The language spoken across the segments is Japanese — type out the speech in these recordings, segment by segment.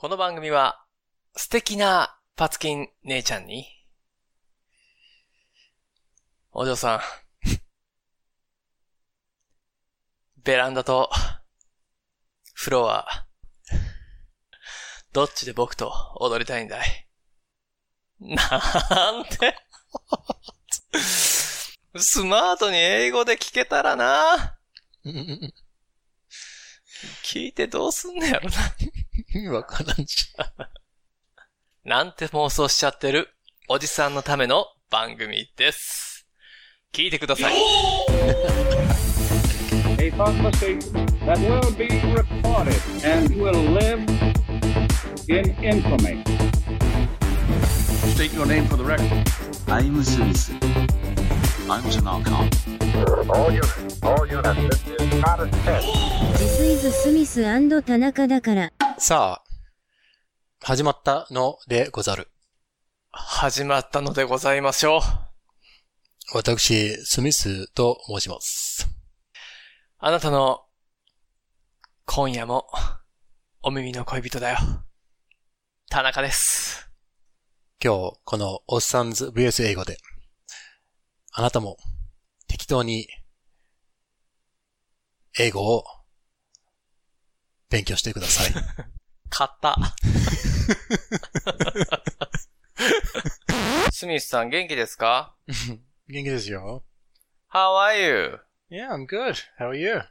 この番組は素敵なパツキン姉ちゃんにお嬢さんベランダとフロアどっちで僕と踊りたいんだい？なんてスマートに英語で聞けたらな。聞いてどうすんねやろな。 わからんし。 なんて妄想しちゃってるおじさんのための番組です。聞いてください。 A prophecy that will be recorded and will live in infamy. State your name for the record. I'm Smith. I'm Tanaka. All units, this is not a test. This is Smith and 田中だから。 さあ、始まったのでござる。 始まったのでございましょう。 私、スミスと申します。 あなたの今夜もお耳の恋人だよ。田中です。 今日、このおっさんず VS 英語で、あなたも適当に英語を勉強してください。 買った。スミスさん元気ですか？ 元気ですよ。 How are you? Yeah, I'm good. How are you?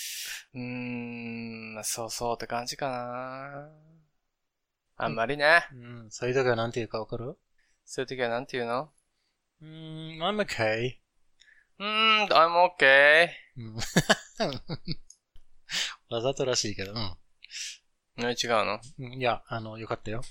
そうそうって感じかな。あんまりね。 そういう時は何て言うかわかる？ そういう時は何て言うの ？I'm okay. I'm okay. わざとらしいけど、 違うの？ いや、よかったよ。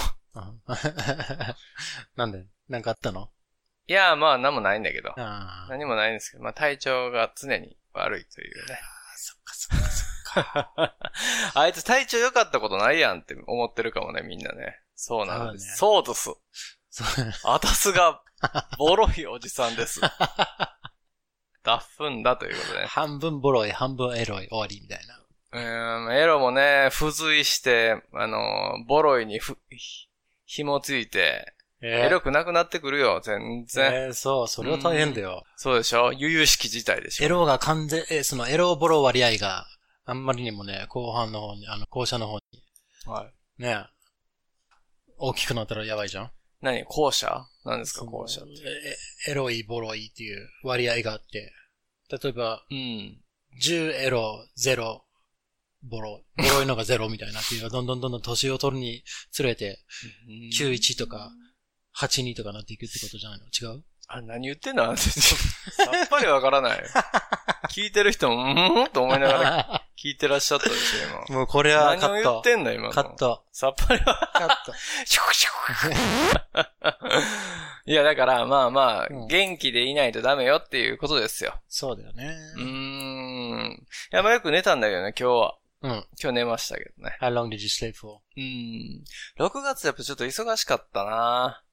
なんかあったの？ いや、まあ、何もないんだけど。 何もないんですけど、まあ、体調が常に悪いというね。 そっか。 あいつ体調良かったことないやんって思ってるかもね、みんなね。そうなんです。そうです。あたすが、ボロいおじさんです。ダッフンだということでね。 半分ボロい、半分エロい終わりみたいな。 エロもね、付随して、ボロいに紐ついて、エロくなくなってくるよ、全然。 そう、それは大変だよ。 そうでしょ？由々しき事態でしょ？ エロがそのエロボロ割合があんまりにもね、後半の方に、後者の方に。 はい。 ね、大きくなったらやばいじゃん？ 後者？何ですか、後者って。 エロいボロいっていう割合があって、例えば、10エロ、0、ボロいのが0みたいなっていうのがどんどん年を取るにつれて、91とか82とかなっていくってことじゃないの？違う？ 何言ってんの？さっぱりわからない。聞いてる人も、と思いながら聞いてらっしゃったでしょ、今。 もうこれはカット。 何を言ってんの、今の。 カット。 さっぱりは。 カット。 シュクシュク。いや、だから、まあ、元気でいないとダメよっていうことですよ。 そうだよね。 いや、まあよく寝たんだけどね、今日は。今日寝ましたけどね。 How long did you sleep for? 6月やっぱちょっと忙しかったな。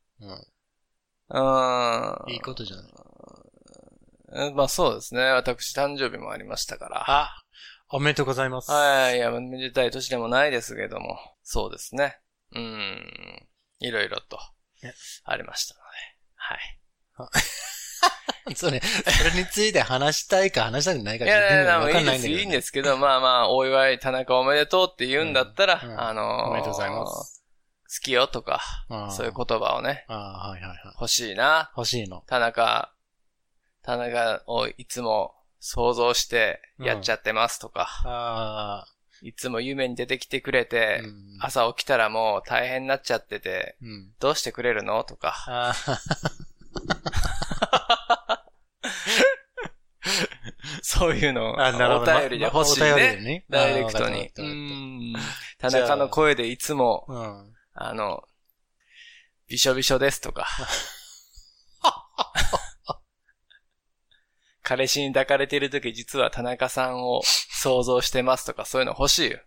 いいことじゃない。 まあそうですね。私誕生日もありましたから。 おめでとうございます。 はい。いや、めでたい年でもないですけども。そうですね。いろいろとありましたので。はい。 それについて話したいか話したくないかいや、わかんないんだけど、いいんですけど、まあ、お祝い田中おめでとうって言うんだったら、 おめでとうございます。 好きよとか、そういう言葉をね、欲しいな。 欲しいの。 田中をいつも想像してやっちゃってますとか、いつも夢に出てきてくれて、朝起きたらもう大変になっちゃってて、どうしてくれるのとか。そういうのをお便りで欲しいね。ダイレクトに。田中の声でいつも、びしょびしょですとか。彼氏に抱かれているとき実は田中さんを想像してますとかそういうの欲しいよ。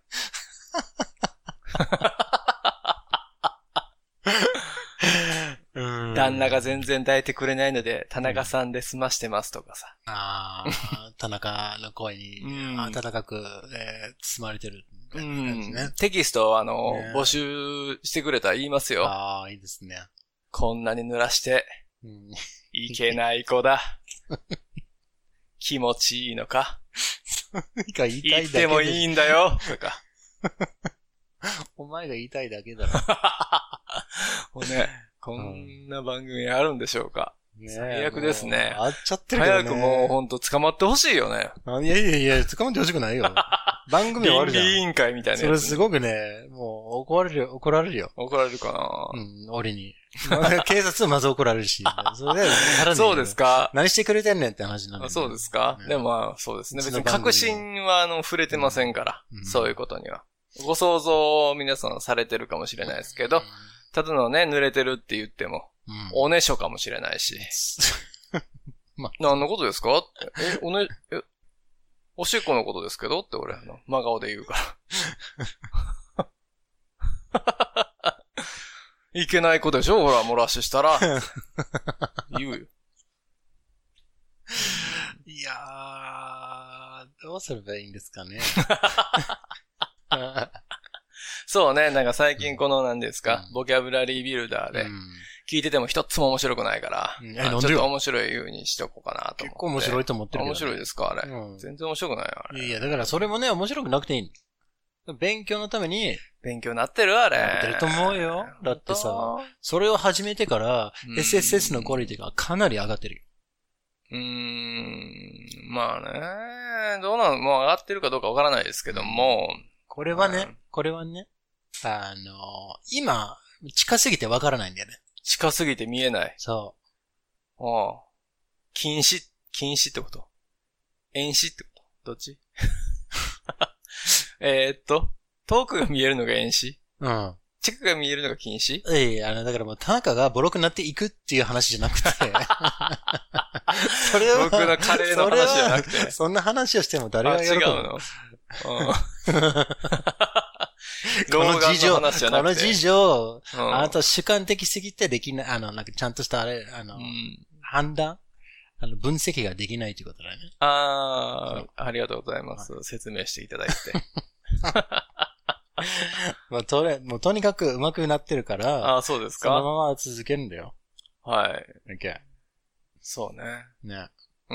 旦那が全然抱いてくれないので田中さんで済ましてますとかさ。 田中の声に温かく、包まれてる。 たいな感じね。 テキストをね募集してくれたら言いますよ。 ああ、いいですね。 こんなに濡らして、 うん、 いけない子だ。気持ちいいのか。 何か言いたいだけで。 言ってもいいんだよ。とか。 お前が言いたいだけだろ。 もうね、こんな番組あるんでしょうか。 ね、 最悪ですね。 あっちゃってるけどね。 早くもうほんと捕まってほしいよね。 いや、捕まってほしくないよ。番組終わるじゃん。 倫理委員会みたいなやつ。 それすごくね、もう怒られるよ。 怒られるかな。 俺に。警察まず怒られるし。それでそうですか。 何してくれてんねんって話なんだ。 そうですか。でもそうですね。別に確信は触れてませんから。そういうことには。ご想像を皆さんされてるかもしれないですけど、ただのね、濡れてるって言っても、おねしょかもしれないし。何のことですかって。おしっこのことですけどって俺、真顔で言うから。いけない子でしょほら、漏らししたら。言うよ。 いやー、どうすればいいんですかね。 そうね、なんか最近この何ですか、ボキャブラリービルダーで、聞いてても一つも面白くないから、ちょっと面白い風にしとこうかなと思って。 結構面白いと思ってるけど、ね。 面白いですかあれ、全然面白くないよあれ。 いや、だからそれもね、面白くなくていい。勉強のために。 勉強なってるあれ。 なってると思うよ。だってさ、それを始めてから、SSS のクオリティがかなり上がってるよ。 まあね、どうなのもう上がってるかどうかわからないですけども。 これはね、今、近すぎてわからないんだよね。 近すぎて見えない。 そう。 ああ。禁止ってこと遠視ってことどっち遠くが見えるのが遠視近くが見えるのが禁止だからもう田中がボロくなっていくっていう話じゃなくて。それは。 僕のカレーの話じゃなくて。 そんな話をしても誰が喜ぶの？ 違うの老眼の話じゃなくて。 この事情、あなた主観的すぎてできない、なんかちゃんとした判断分析ができないということだね。 ありがとうございます。説明していただいて。 もうとにかく上手くなってるから。 そうですか。 そのまま続けるんだよ。 はい。 OK。 そうね。 ね。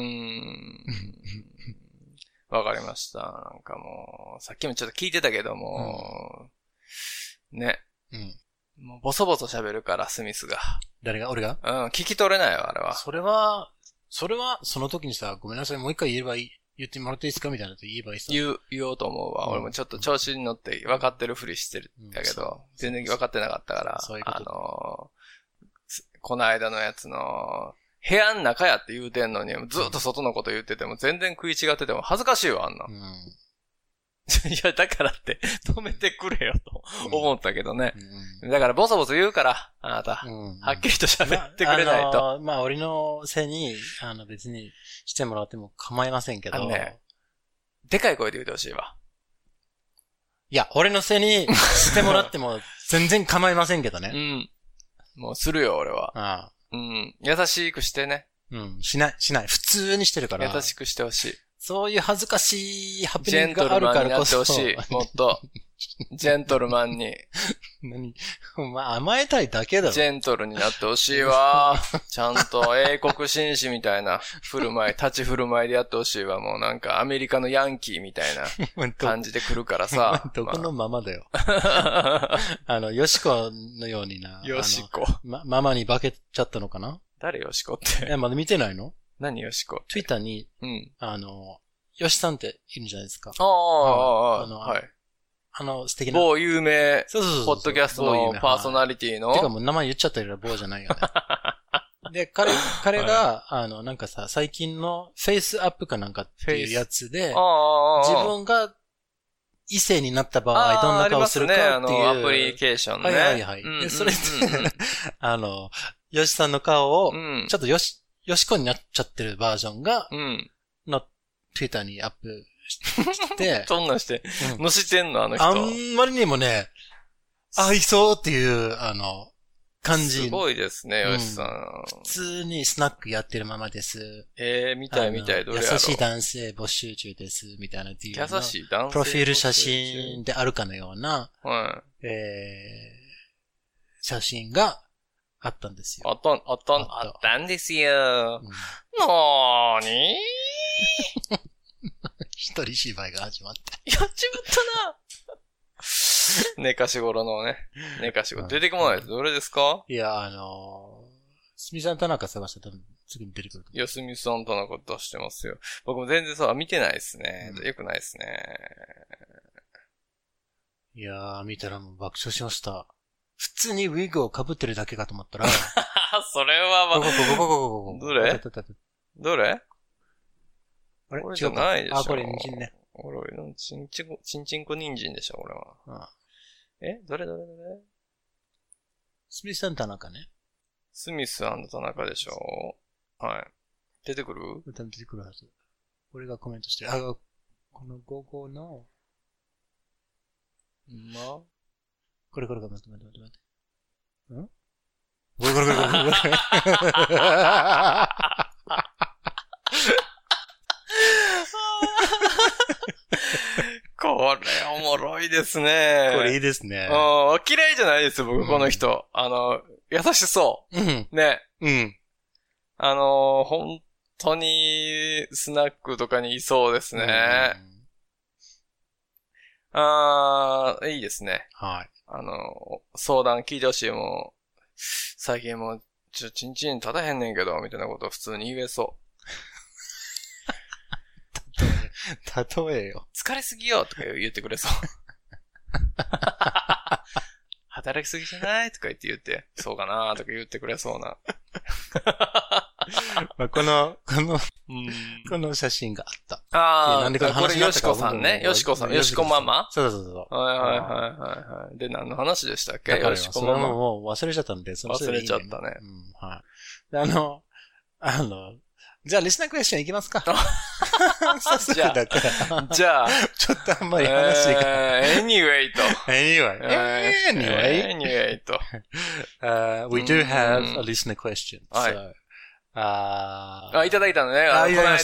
わかりました。なんかもう、さっきもちょっと聞いてたけども、ね。もうボソボソ喋るから、スミスが。 誰が俺が聞き取れないわ、あれは。 それは、その時にさ、ごめんなさい、もう一回言ってもらっていいですかみたいなこと言えばいいさ。 言おうと思うわ。俺もちょっと調子に乗って分かってるふりしてるんだけど、全然分かってなかったから、 そういうことこの間のやつの、部屋の中やって言うてんのに、ずっと外のこと言ってても、全然食い違ってても恥ずかしいわ、あんな。いや、だからって、止めてくれよ、と思ったけどね。だから、ボソボソ言うから、あなた。はっきりと喋ってくれないと。 俺のせいに、別にしてもらっても構いませんけど。 でかい声で言ってほしいわ。 いや、俺のせいにしてもらっても、全然構いませんけどね。 もうするよ、俺は。優しくしてね。 しない。普通にしてるから。 優しくしてほしい。 そういう恥ずかしいハプニングがあるからこそ。 ジェントルマンになってほしい。もっと。ジェントルマンに。 お前甘えたいだけだろ。 ジェントルになってほしいわ。ちゃんと英国紳士みたいな立ち振る舞いでやってほしいわ。もうなんかアメリカのヤンキーみたいな感じで来るからさ。 どこのママだよ。ヨシコのようにな。 ヨシコ。 ママに化けちゃったのかな？ 誰ヨシコって。 まだ見てないの？ 何ヨシコ？ Twitter に、ヨシさんっているんじゃないですか。 はい。 素敵な。 某有名、ポッドキャストのパーソナリティの。 てかもう名前言っちゃったけど、某じゃないよね。で、彼が、なんかさ、最近のフェイスアップかなんかっていうやつで、自分が異性になった場合、どんな顔するかっていう。 アプリケーションね。 はい。で、それで、ヨシさんの顔を、ちょっとヨシコになっちゃってるバージョンが、の Twitter にアップして、 そんなんして、載せてんのあの人。 あんまりにもね、合いそうっていう、 感じ。 すごいですね、よしさん。 普通にスナックやってるままです。 見たい、どれやろう。 優しい男性募集中です、みたいなっていう。 優しい男性。 プロフィール写真であるかのような、 はい。 写真があったんですよ。 あったんですよ。なーに一人芝居が始まった。 やっちまったな。寝かし頃のね。寝かし頃。出てこないです。どれですか？ いや、すみさん田中探したら多分次に出てくる。 いや、すみさん田中出してますよ。僕も全然そう、見てないですね。よくないですね。 いやー、見たらもう爆笑しました。普通にウィッグを被ってるだけかと思ったら。 それはどれどれあれこれじゃないでしょ。 これ人参ね。 これ、ちんちんこ人参でしょ、これは。どれスミス&田中ね。 スミス&田中でしょ。はい。出てくる？ 出てくるはず。俺がコメントしてる。この午後の、これ、待って。ん？これ。 これおもろいですね。 これいいですね。 嫌いじゃないですよ、僕、この人。優しそう。ね。本当にスナックとかにいそうですね。いいですね。 はい。 相談聞いてほしい。もう、最近もう、ちんちん立たへんねんけど、みたいなことを普通に言えそう。 例えよ。 疲れすぎよとか言ってくれそう。働きすぎじゃないとか言って、そうかなとか言ってくれそうな。 まあ、この写真があった。 なんでこれよしこさんね。よしこママ？ そう。 はい。で、何の話でしたっけ？よしこママ。 もう忘れちゃったんで、 忘れちゃったね。 はい。じゃあ、リスナークエスチョンいきますか。早速だから。 じゃあ。 ちょっとあんまり話が。 anyway と。 anyway と。 we do have a listener question. はい。いただいたのね。この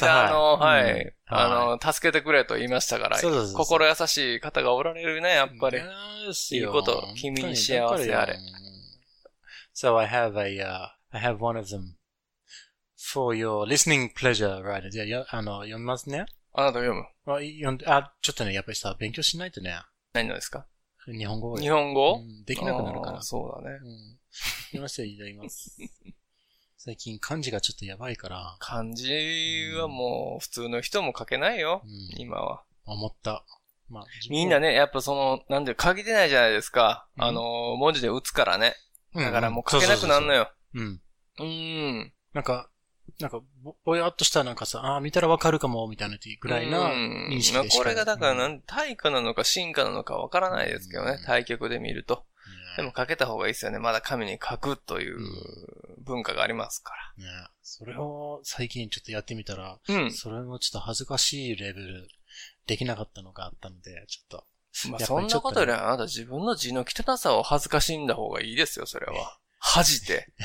間、助けてくれと言いましたから。心優しい方がおられるね、やっぱり。いいこと、君に幸せあれ。 So I have one of them.For your listening pleasure, right? じゃあ、読みますね。 あなた読む。 ちょっとね、やっぱりさ、勉強しないとね。 何のですか？ 日本語。 日本語？ できなくなるから。 そうだね。 読みますよ、いただきます。最近漢字がちょっとやばいから。 漢字はもう普通の人も書けないよ、今は。 思った。 みんなね、やっぱなんで書けてないじゃないですか。文字で打つからね。だからもう書けなくなるのよ。 なんか、ぼやっとしたなんかさ、見たらわかるかも、みたいなぐらいな認識でしか。 これがだから対価なのか進化なのかわからないですけどね、対局で見ると。でも書けた方がいいですよね。まだ紙に書くという文化がありますから。 ね、それを最近ちょっとやってみたら、それもちょっと恥ずかしいレベルできなかったのがあったので、ちょっと。 そんなことよりあなた自分の字の汚さを恥ずかしんだ方がいいですよ、それは。恥じて。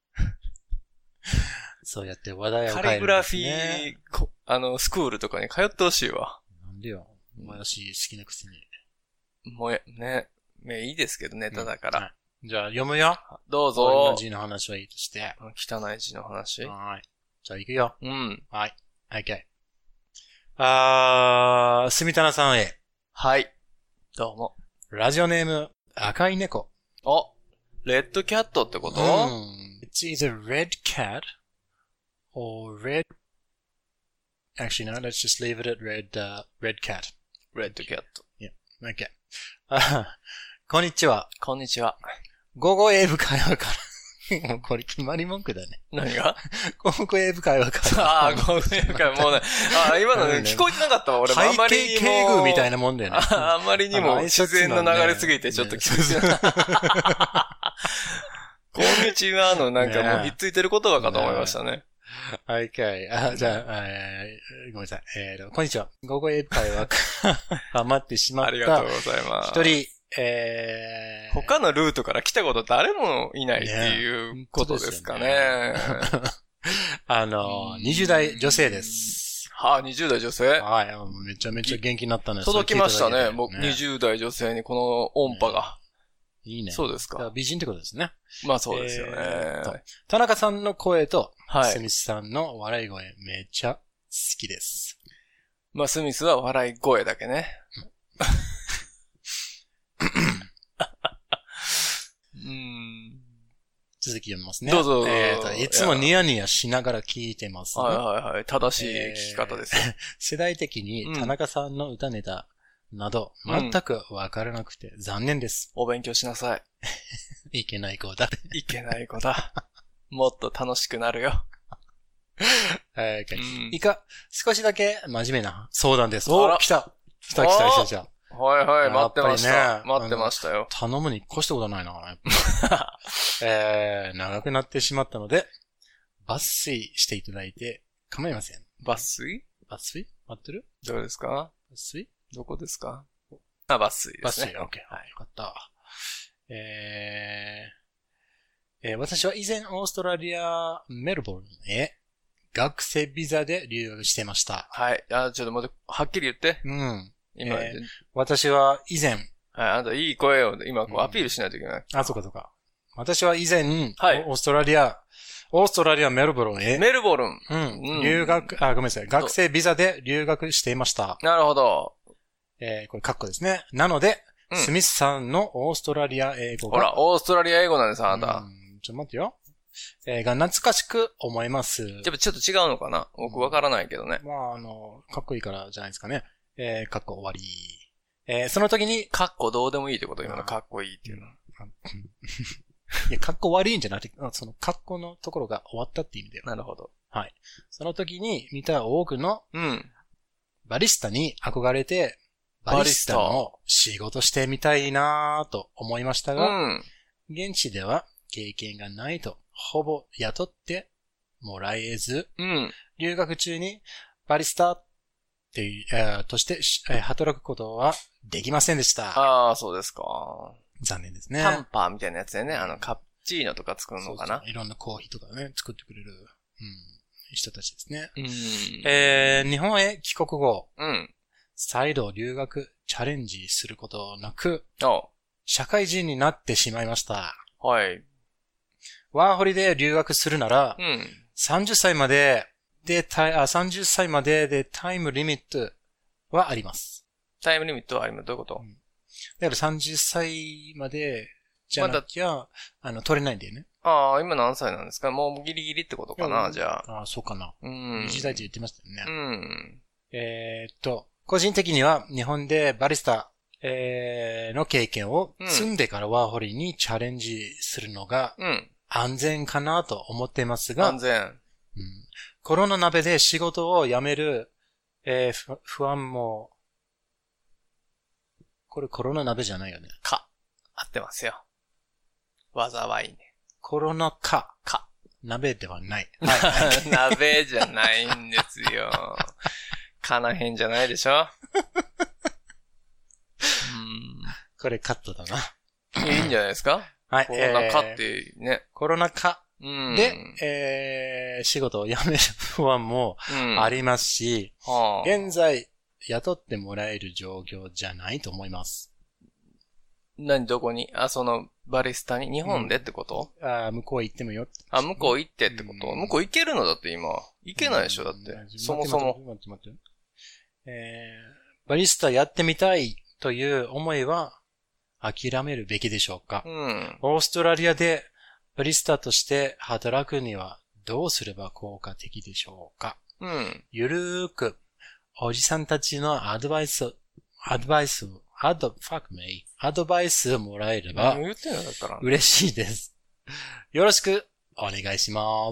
そうやって話題を変えるんですね。 カリグラフィー、スクールとかに通ってほしいわ。 なんでよ。もやし好きなくせに。 もや、ね。いいですけど、ネタだから。 じゃあ、読むよ。 どうぞ。 俺の字の話はいいとして。 汚い字の話。 はい。じゃあ、行くよ。はい。OK。住田さんへ。 はい。どうも。 ラジオネーム、赤い猫。 レッドキャットってこと？ It's either red cat or red... Actually, no, let's just leave it at red cat. Red cat. Yeah, okay. こんにちは。 こんにちは。 午後英語会話から。もうこれ決まり文句だね。 何が？ 午後英語会話から。 午後英語会話、もうね。今のね、聞こえてなかったわ、俺も。あんまりにも。 背景敬語みたいなもんだよね。 あんまりにも自然の流れすぎてちょっと聞こえてなかった。こんにちはのなんかもうひっついてる言葉かと思いましたね。 Okay. じゃあ、ごめんなさい。こんにちは。午後英会話ハマってしまった。 ありがとうございます。 一人他のルートから来たこと誰もいないっていうことですかね。 20代女性です。 はあ、20代女性？ はい、めちゃめちゃ元気になったね。 届きましたね。僕、20代女性にこの音波が。 いいね。 そうですか。 美人ってことですね。 まあそうですよね。 田中さんの声と、スミスさんの笑い声めっちゃ好きです。 まあスミスは笑い声だけね。 続き読みますね。 どうぞ。 いつもニヤニヤしながら聞いてますね。 はいはいはい。正しい聞き方です。 世代的に田中さんの歌ネタなど全くわからなくて残念です。 お勉強しなさい。いけない子だ。 いけない子だ。もっと楽しくなるよ。 以下、少しだけ真面目な相談です。お、来た。来た。 はいはい、待ってました。待ってましたよ。 頼むに越したことないな。長くなってしまったので、抜粋していただいて構いません。 抜粋待ってる？ どうですか？ 抜粋？ どこですか？抜粋ですね。 抜粋、OK。はい。よかった。私は以前オーストラリアメルボルンへ学生ビザで留学してました。 はい。ちょっと待って、はっきり言って。今、 私は以前。 はい、あんたいい声を今こうアピールしないといけない。 そうか。私は以前、オーストラリアメルボルンへ。 メルボルン。 留学、ごめんなさい。学生ビザで留学していました。 なるほど。 これカッコですね。なので、スミスさんのオーストラリア英語が。 ほら、オーストラリア英語なんです、あなた。 ちょっと待ってよ。が懐かしく思います。 ちょっと違うのかな？僕わからないけどね。 かっこいいからじゃないですかね。かっこ終わり。その時に、 かっこどうでもいいってこと今のかっこいいっていうの。 いや、かっこ悪いんじゃなくて、そのかっこのところが終わったっていう意味だよ。 なるほど。 はい。その時に見た多くの、バリスタに憧れて、バリスタの仕事してみたいなぁと思いましたが、現地では経験がないと、ほぼ雇ってもらえず、留学中にバリスタとして働くことはできませんでした。 ああ、そうですか。 残念ですね。 タンパーみたいなやつでね、カプチーノとか作るのかな。 いろんなコーヒーとかね、作ってくれる、人たちですね。日本へ帰国後、再度留学チャレンジすることなく、社会人になってしまいました。 はい。 ワーホリで留学するなら、30歳までで30歳まででタイムリミットはあります。 タイムリミットはあります。どういうこと？ だから30歳までじゃなきゃ、取れないんだよね。 今何歳なんですか？もうギリギリってことかな、じゃあ。 そうかな。時代って言ってましたよね。個人的には日本でバリスタ、の経験を積んでからワーホリにチャレンジするのが安全かなと思っていますが、 安全。 コロナ鍋で仕事を辞める、不安も、これコロナ鍋じゃないよね。 合ってますよ。災いね。 コロナ鍋ではない。 鍋じゃないんですよ。かなへんじゃないでしょ。 これカットだな。 いいんじゃないですか？ はい。 コロナ禍ってね。 コロナ禍で、仕事を辞める不安もありますし、現在雇ってもらえる状況じゃないと思います。 どこに？そのバリスタに日本でってこと？ 向こう行ってもよ。 向こう行ってってこと？向こう行けるのだって今。行けないでしょだって。そもそも。 待って。バリスタやってみたいという思いは諦めるべきでしょうか？オーストラリアでバリスタとして働くにはどうすれば効果的でしょうか？ゆるーくおじさんたちのアドバイスもらえれば嬉しいです。よろしくお願いします。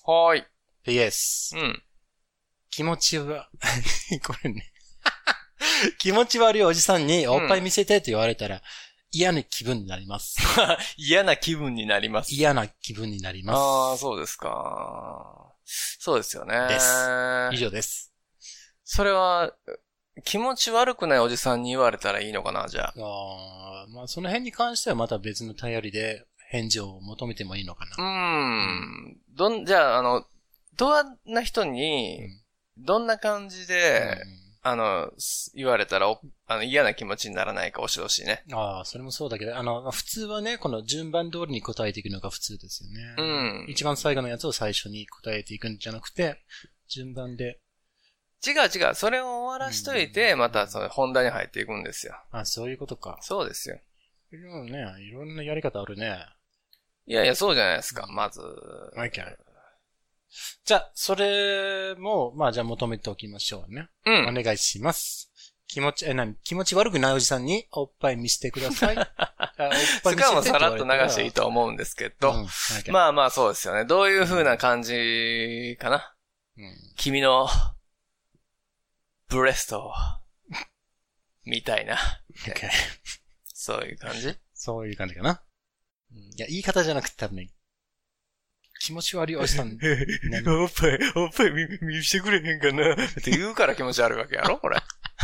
はい。 PS。気持ちは、これね。気持ち悪いおじさんにおっぱい見せてって言われたら嫌な気分になります。 嫌な気分になります。 嫌な気分になります。 そうですか。そうですよね。 です。以上です。 それは、 気持ち悪くないおじさんに言われたらいいのかな、じゃあ。 まあその辺に関してはまた別の頼りで返事を求めてもいいのかな。 じゃあ、どんな人に、どんな感じで、言われたら、嫌な気持ちにならないか教えてほしいね。 それもそうだけど、普通はね、この順番通りに答えていくのが普通ですよね。一番最後のやつを最初に答えていくんじゃなくて、順番で。 違う。それを終わらしといて、またその本題に入っていくんですよ。 そういうことか。 そうですよ。 いろんなやり方あるね。 いや、そうじゃないですか、まず。 Okay. じゃあ、それも、じゃあ求めておきましょうね。お願いします。気持ち悪くないおじさんにおっぱい見せてください。おっぱい見せてください。そこはもうさらっと流していいと思うんですけど。まあそうですよね。どういう風な感じかな。君の、ブレスト、みたいな。 Okay. そういう感じ？ そういう感じかな。いや、言い方じゃなくて多分ね、気持ち悪いおじさん。 おっぱい見せてくれへんかなって言うから気持ち悪いわけやろこれ。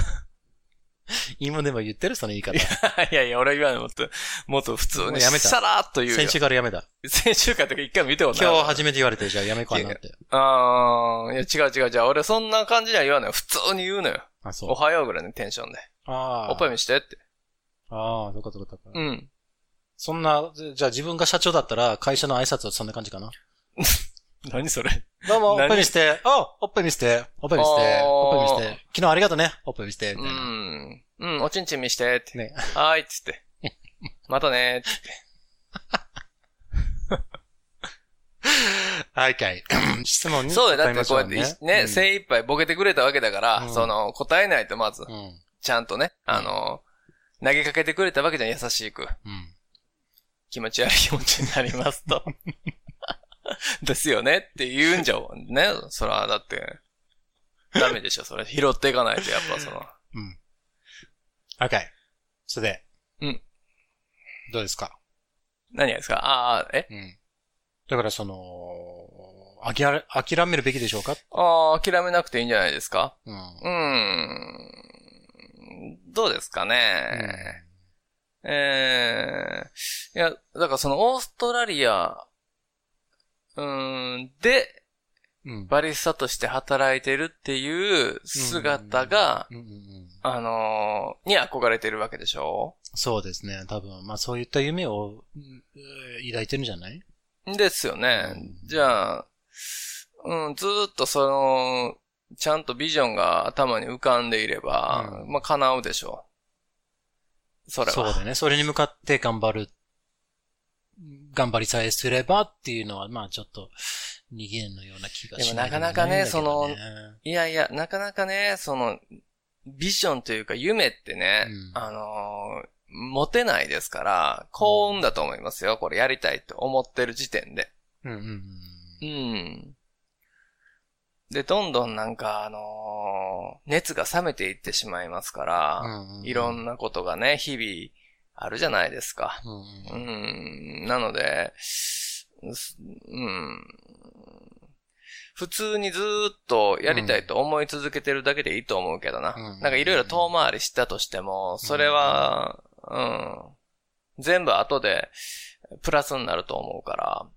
今でも言ってるその言い方。 いや、俺は言わない。もっと普通に。さらっと言うよ。 先週からやめた。 先週からとか一回も言ってことない。 今日初めて言われて、じゃあやめこうなって。 いや、違う。じゃあ俺そんな感じには言わないよ。普通に言うのよ。 そう。 おはようぐらいのテンションで。おっぱい見してって。 そうか。そんな、じゃあ自分が社長だったら会社の挨拶はそんな感じかな。 何それ。 どうも、おっぱい見して。おっぱい見して。おっぱい見して。昨日ありがとね。おっぱい見して。みたいな。おちんちん見してって。 ね。 はーい、つって。またねーって。 はいかい。質問にそうだ、だってこうやってね、精一杯ボケてくれたわけだから、答えないとまず、ちゃんとね、投げかけてくれたわけじゃん、優しく。気持ち悪い気持ちになりますと。ですよねって言うんじゃね。そら、だって、ダメでしょ、それ。拾っていかないと、やっぱその。 OK。それで。どうですか？ 何がですか？ だから諦めるべきでしょうか？ 諦めなくていいんじゃないですか？どうですかね。いや、だからそのオーストラリア、で、バリスタとして働いてるっていう姿が、に憧れてるわけでしょ？ そうですね。多分、そういった夢を抱いてるんじゃない？ ですよね。じゃあ、ずーっとちゃんとビジョンが頭に浮かんでいれば、叶うでしょう。それは。 そうだね。それに向かって頑張りさえすればっていうのは、ちょっと、逃げんのような気がしない、 でもなかなかね、なかなかね、ビジョンというか夢ってね、持てないですから、幸運だと思いますよ。これやりたいと思ってる時点で。で、どんどん熱が冷めていってしまいますから、いろんなことがね、日々あるじゃないですか。なので、普通にずーっとやりたいと思い続けてるだけでいいと思うけどな。なんかいろいろ遠回りしたとしても、それは、全部後でプラスになると思うから。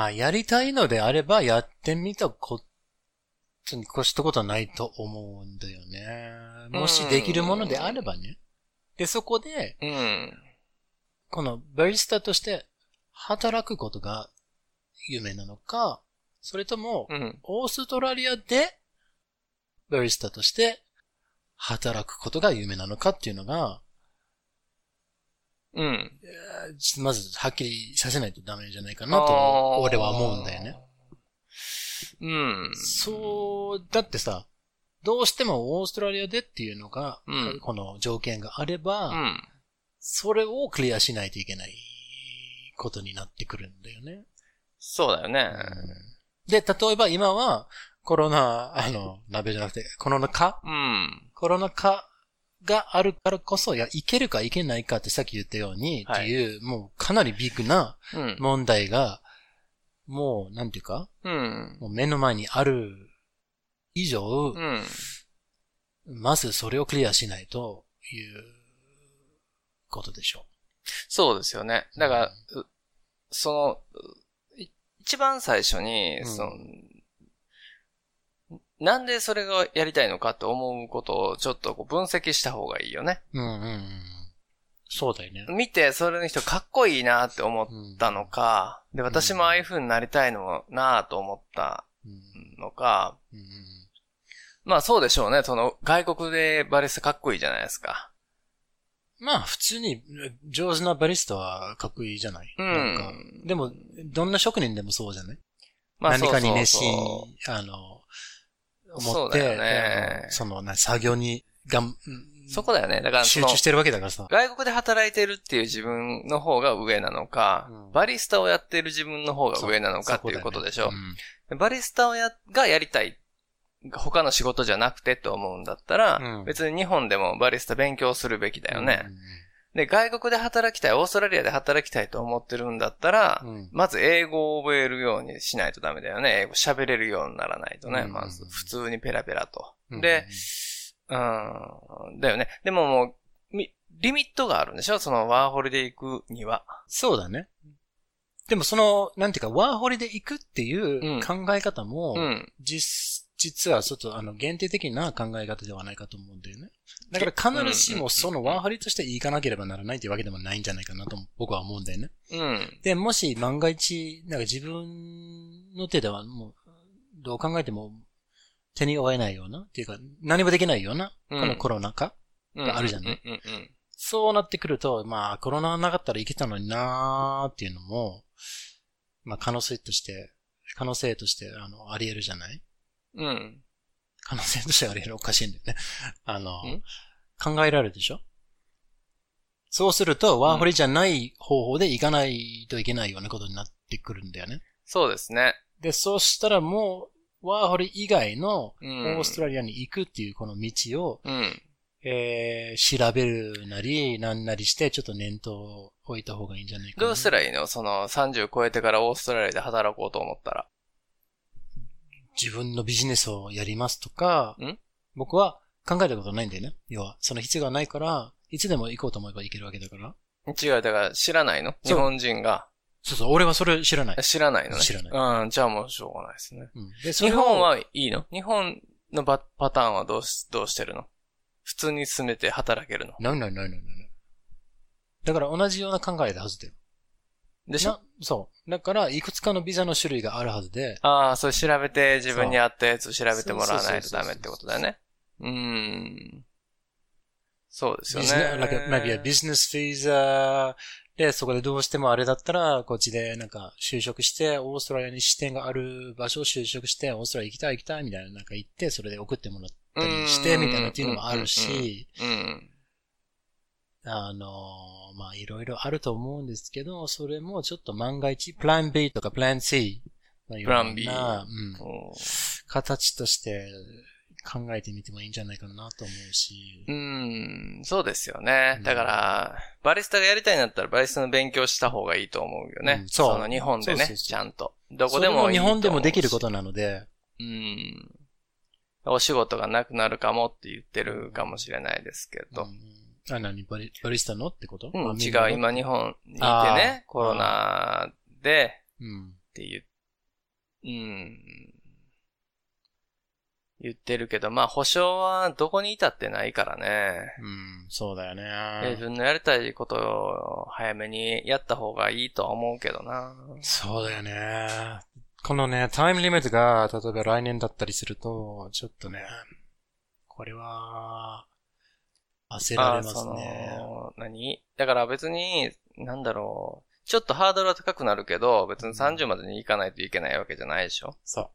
やりたいのであればやってみたことに越したことはないと思うんだよね。もしできるものであればね。で、そこで、このバリスタとして働くことが夢なのか、それとも、オーストラリアでバリスタとして働くことが夢なのかっていうのが、まずはっきりさせないとダメじゃないかなと俺は思うんだよね。そう、だってさ、どうしてもオーストラリアでっていうのが、この条件があれば、それをクリアしないといけないことになってくるんだよね。 そうだよね。 で、例えば今は、コロナ、鍋じゃなくて、コロナ禍があるからこそ、いけるかいけないかってさっき言ったように、っていう、もうかなりビッグな問題が、もう、なんていうか、もう目の前にある以上、 まずそれをクリアしないということでしょう。 そうですよね。だから、一番最初に、なんでそれがやりたいのかって思うことをちょっと分析した方がいいよね。 そうだよね。 見て、それの人かっこいいなって思ったのか、で、私もああいう風になりたいのなと思ったのか、まあそうでしょうね。外国でバリスタかっこいいじゃないですか。 まあ普通に上手なバリスタはかっこいいじゃない。なんかでも、どんな職人でもそうじゃない、まあ、何かに熱心、思って、ね、作業にそこだよね。だから集中してるわけだからさ。 外国で働いてるっていう自分の方が上なのか、バリスタをやってる自分の方が上なのかっていうことでしょ。バリスタがやりたい。他の仕事じゃなくてと思うんだったら、別に日本でもバリスタ勉強するべきだよね。で、外国で働きたい、オーストラリアで働きたいと思ってるんだったら、まず英語を覚えるようにしないとダメだよね。英語喋れるようにならないとね。まず、普通にペラペラと。で、だよね。でももう、リミットがあるんでしょ？ワーホリで行くには。 そうだね。でもなんていうか、ワーホリで行くっていう考え方も、実はちょっと限定的な考え方ではないかと思うんだよね。だから必ずしもそのワーホリとして行かなければならないというわけでもないんじゃないかなと僕は思うんだよね。で、もし万が一、自分の手ではもう、どう考えても手に負えないような、っていうか何もできないような、このコロナ禍があるじゃない。そうなってくると、まあコロナなかったらいけたのになーっていうのも、まあ可能性としてあり得るじゃない。可能性としてはあり得るおかしいんだよね。考えられるでしょ。そうすると、ワーホリじゃない方法で行かないといけないようなことになってくるんだよね。 そうですね。 で、そうしたらもう、ワーホリ以外のオーストラリアに行くっていうこの道を、調べるなり、なんなりして、ちょっと念頭を置いた方がいいんじゃないかな。 どうしたらいいの30超えてからオーストラリアで働こうと思ったら。 自分のビジネスをやりますとか、僕は考えたことないんだよね。要は、その必要がないから、いつでも行こうと思えば行けるわけだから。 違う、だから知らないの？日本人が。 そう、俺はそれ知らない。 知らないのね。 知らない。 じゃあもうしょうがないですね。 で日本はいいの？日本のパターンはどうしてるの？普通に住めて働けるの？ ない。だから同じような考えではずだよ。 でしょ？ そう。だから、いくつかのビザの種類があるはずで。 それ調べて、自分に合ったやつを調べてもらわないとダメってことだよね。そうですよね。 maybe a business visa で、そこでどうしてもあれだったら、こっちで就職して、オーストラリアに支店がある場所を就職して、オーストラリア行きたいみたいな行って、それで送ってもらったりして、みたいなっていうのもあるし、まあ、いろいろあると思うんですけど、それもちょっと万が一、プラン B とかプラン C のような、 プラン B 形として考えてみてもいいんじゃないかなと思うし。 そうですよね。だから、バリスタがやりたいんだったらバリスタの勉強した方がいいと思うよね。日本でね、ちゃんと。どこでもいいと思うし。それも日本でもできることなので。 お仕事がなくなるかもって言ってるかもしれないですけど。 何バリスタのってこと？ 違う、今日本にいてね、コロナで、って言ってるけど、まあ保証はどこにいたってないからね。 そうだよね。 自分のやりたいことを早めにやった方がいいとは思うけどな。 そうだよね。このね、タイムリミットが、例えば来年だったりすると、ちょっとね、これは、焦られますね。 だから別に、ちょっとハードルは高くなるけど、別に30までに行かないといけないわけじゃないでしょ？ そう。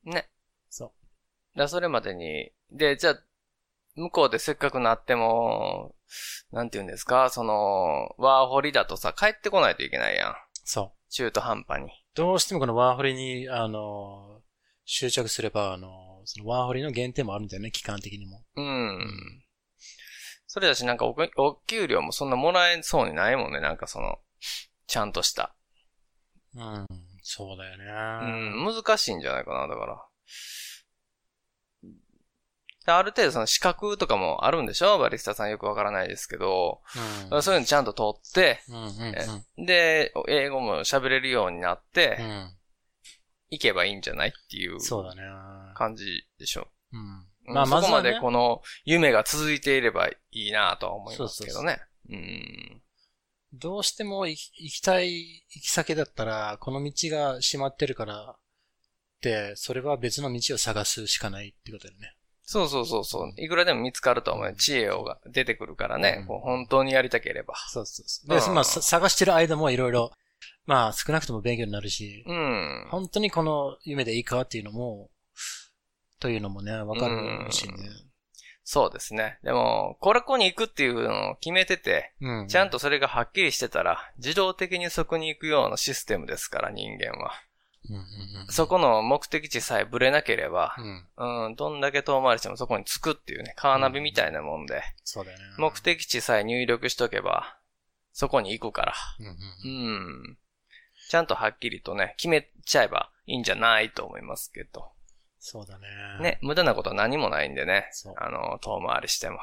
ね。 そう。 それまでに、で、じゃあ、向こうでせっかくなっても、なんて言うんですか、ワーホリだとさ、帰ってこないといけないやん。 そう。 中途半端に。 どうしてもこのワーホリに、執着すれば、そのワーホリの限定もあるんだよね、期間的にも。 それだし、お給料もそんなもらえそうにないもんね、ちゃんとした。 そうだよね。 難しいんじゃないかな、だから。 である程度その資格とかもあるんでしょ？バリスタさんよくわからないですけど、そういうのちゃんと取って、で、英語も喋れるようになって、行けばいいんじゃないっていう感じでしょ。まあ、そこまでこの夢が続いていればいいなとは思いますけどね。 どうしても行きたい行き先だったら、この道が閉まってるからって、それは別の道を探すしかないってことだよね。 そう。いくらでも見つかると思う。知恵が出てくるからね。本当にやりたければ。 そう。で、まあ、探してる間もいろいろ、まあ、少なくとも勉強になるし、本当にこの夢でいいかっていうのも、というのもね、わかるしね。 そうですね。でも、ここに行くっていうのを決めてて、ちゃんとそれがはっきりしてたら、自動的にそこに行くようなシステムですから、人間は。そこの目的地さえブレなければ、どんだけ遠回りしてもそこに着くっていうね、カーナビみたいなもんで、 そうだよね。 目的地さえ入力しとけば、そこに行くから、ちゃんとはっきりとね、決めちゃえばいいんじゃないと思いますけど。 そうだね。 ね、無駄なことは何もないんでね、遠回りしても。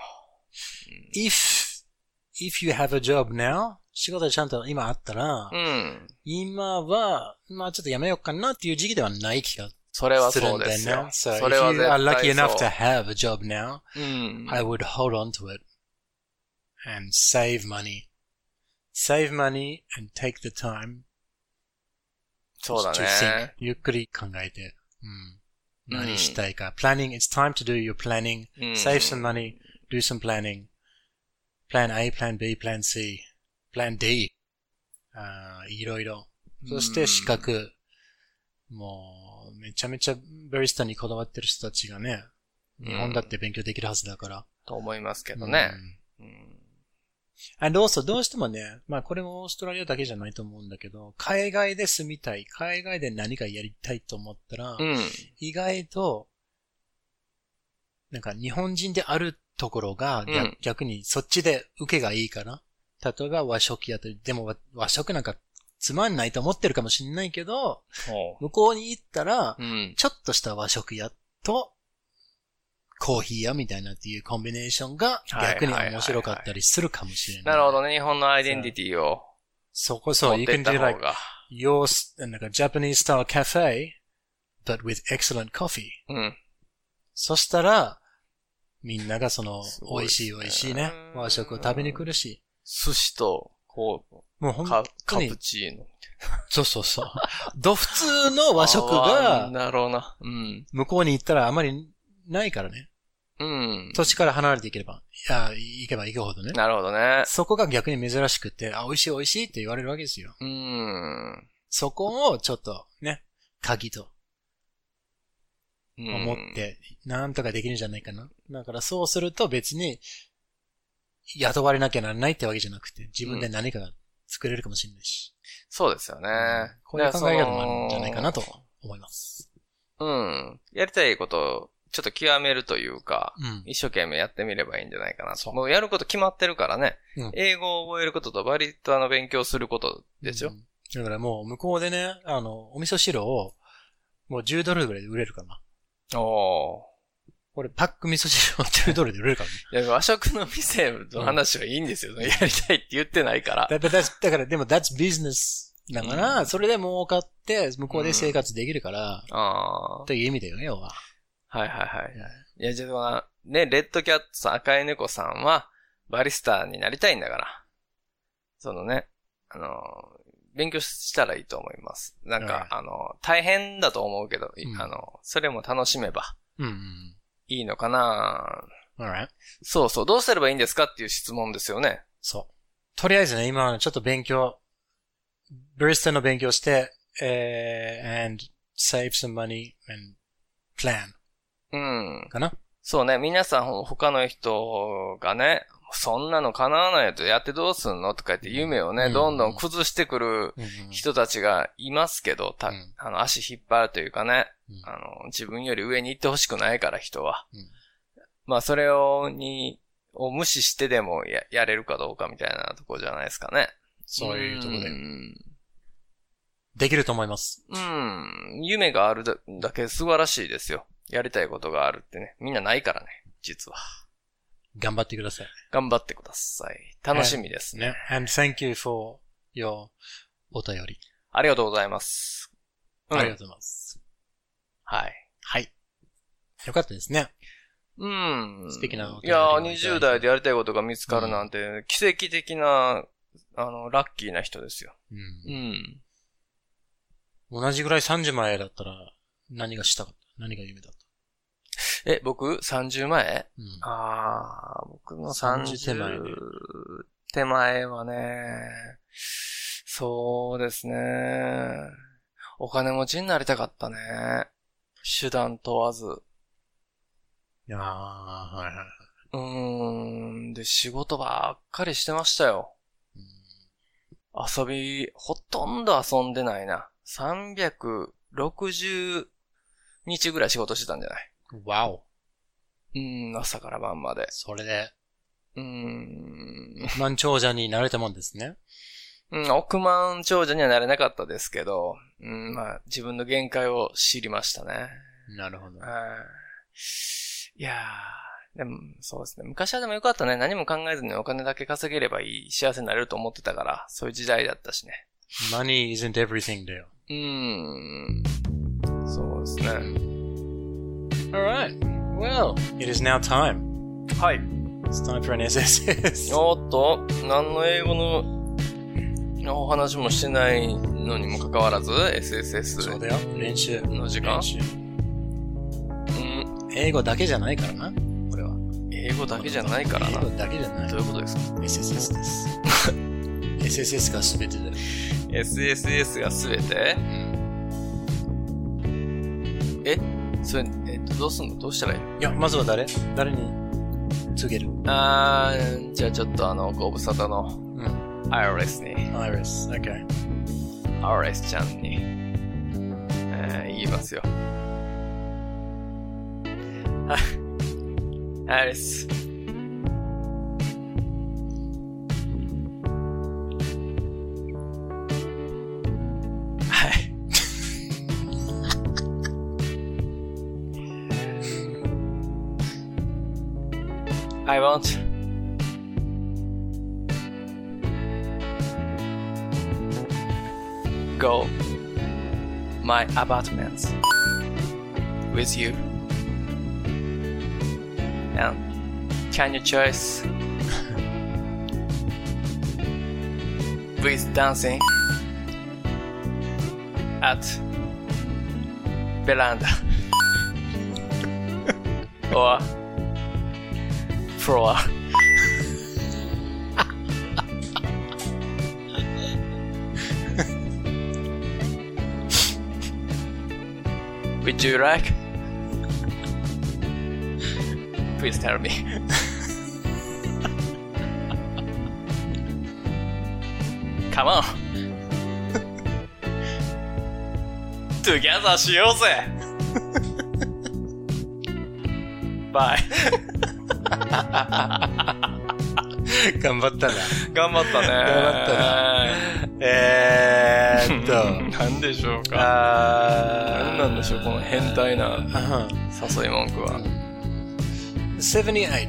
If you have a job now, 仕事ちゃんと今あったら、今は、まあちょっとやめようかなっていう時期ではない気がそれはそうですよ。 So if you are lucky enough to have a job now, I would hold on to it and save money. Save money and take the time そうだね。 ゆっくり考えて、何したいか。Planning, it's time to do your planning. Save some money, do some planning.Plan A, Plan B, Plan C, Plan D. いろいろ。そして資格。もう、めちゃめちゃバリスタにこだわってる人たちがね、日本だって勉強できるはずだから。 と思いますけどね。 And also, どうしてもね、まあこれもオーストラリアだけじゃないと思うんだけど、海外で住みたい、海外で何かやりたいと思ったら、意外と、なんか日本人であるところが、逆にそっちで受けがいいから。例えば和食やったり、でも和食なんかつまんないと思ってるかもしれないけど、向こうに行ったら、ちょっとした和食屋とコーヒー屋みたいなっていうコンビネーションが逆に面白かったりするかもしれない。 なるほどね。日本のアイデンティティを。 そこそう。You can do like your, なんか Japanese style cafe, but with excellent coffee. そしたら、みんながその、美味しいね、和食を食べに来るし。 寿司と、こう、 もうカプチーノ。 そう。普通の和食が、 なるほどな。 向こうに行ったらあまりないからね。土地から離れていけば、行けば行くほどね。 なるほどね。 そこが逆に珍しくて、美味しいって言われるわけですよ。そこをちょっとね、鍵と。思って、なんとかできるんじゃないかな。だからそうすると別に、雇われなきゃならないってわけじゃなくて、自分で何かが作れるかもしれないし。 そうですよね。 こういう考え方もあるんじゃないかなと思います。 やりたいことをちょっと極めるというか、一生懸命やってみればいいんじゃないかなと。もうやること決まってるからね。英語を覚えることとバリスタの勉強することですよ。 だからもう向こうでね、お味噌汁をもう$10ぐらいで売れるかな。これパック味噌汁を$10で売れるからね。いや、和食の店の話はいいんですよ。やりたいって言ってないから。 だからでもthat's business だから、それで儲かって向こうで生活できるから、という意味だよね、要は。 はい。いや、じゃあ、ね、レッドキャットさん、赤い猫さんは、バリスタになりたいんだから、そのね、勉強したらいいと思います。なんか、大変だと思うけど、それも楽しめば、いいのかな。そう、どうすればいいんですかっていう質問ですよね。 そう。とりあえずね、今ちょっとバリスタの勉強して、and save some money and plan. かな。 そうね、皆さん他の人がね、そんなの叶わないとやってどうすんのとか言って夢をね、どんどん崩してくる人たちがいますけど、足引っ張るというかね、自分より上に行ってほしくないから人は。まあそれを無視してでもやれるかどうかみたいなところじゃないですかね。 そういうところで。できると思います。 夢があるだけ素晴らしいですよ。やりたいことがあるってね。みんなないからね。 実は。 頑張ってください。 頑張ってください。楽しみですね。 And thank you for your お便り。 ありがとうございます。 ありがとうございます。 はい。 はい。よかったですね。素敵なお便り。いや 20代でやりたいことが見つかるなんて、奇跡的な、ラッキーな人ですよ。 同じぐらい30前だったら、何がしたかった？何が夢だった？ 僕30前？僕の30手前はね、そうですね。お金持ちになりたかったね。手段問わず。 はい。 で、仕事ばっかりしてましたよ。ほとんど遊んでないな。360日ぐらい仕事してたんじゃない？ わお。 朝から晩まで。 それで。億万長者になれたもんですね。 億万長者にはなれなかったですけど、自分の限界を知りましたね。 なるほど。 いやー、でもそうですね。昔はでもよかったね。何も考えずにお金だけ稼げればいい、幸せになれると思ってたから、そういう時代だったしね。 Money isn't everything だよ。 そうですね。 Alright. Well, it is now time. はい。 It's time for an SSS. おっと、何の英語のお話もしてないのにもかかわらず、SSS。 そうだよ。練習の時間。 英語だけじゃないからな。これは。 英語だけじゃないからな。 英語だけじゃない。 どういうことですか？ SSS です。SSS が全てだよ。 SSS が全て？それ、どうすんの？どうしたらいいの？ いや、まずは誰に告げる？ じゃあちょっとご無沙汰の、アイレスに。 アイレス、OK。 アイレスちゃんに、言いますよ。アイレス。はい。I want go my apartments with you. And can you choice with dancing at veranda or floor? Would you like? Please tell me. Come on. Together しようぜ。Bye. 頑張ったな。 頑張ったね。 頑張ったな。 何でしょうか。何なんでしょう、この変態な誘い文句は。 78。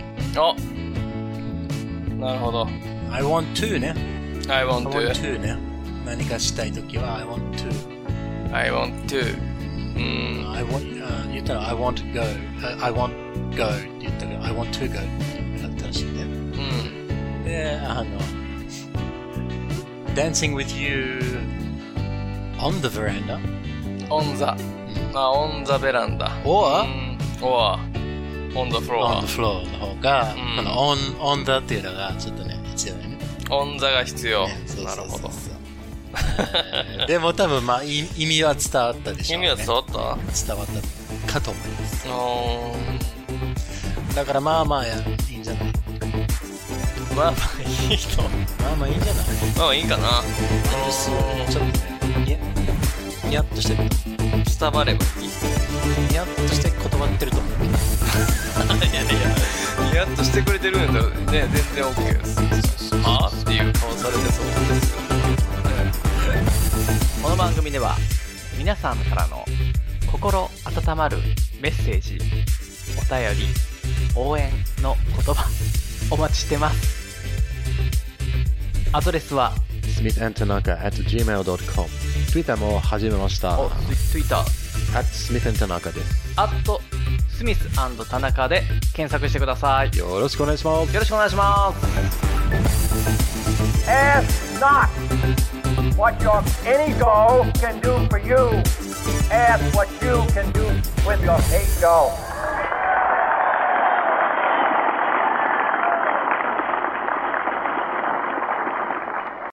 なるほど。 I want to ね。 I want to ね。何かしたいときは I want to. I want to. 言ったら I want to go. I want go って言ったら I want to go だったらしいね。で、dancing with you on the veranda. On the veranda. Or on the floor. On the floor の方が、この on the っていうのがちょっとね、必要だよね。 on the が必要。 ね、 なるほど。 でも多分意味は伝わったでしょうね。 意味は伝わった？ 伝わったかと思います。だからいいんじゃない？ まあいいと。 いいんじゃない？ いいかな。 ちょっとね、にゃっとしてる。 伝わればいい。 にゃっとして断ってると思う。 いや、にゃっとしてくれてるんだったらね、全然 OK です。はぁっていう顔されてそうです。 この番組では皆さんからの心温まるメッセージ、お便り、 応援の言葉お待ちしてます。アドレスは smithandtanaka@gmail.com。 Twitter も始めました。 Twitter @smithandtanaka です。 スミス&田中で検索してください。 よろしくお願いします。 よろしくお願いします。 Ask not what your any dough can do for you. Ask what you can do with your paid dough.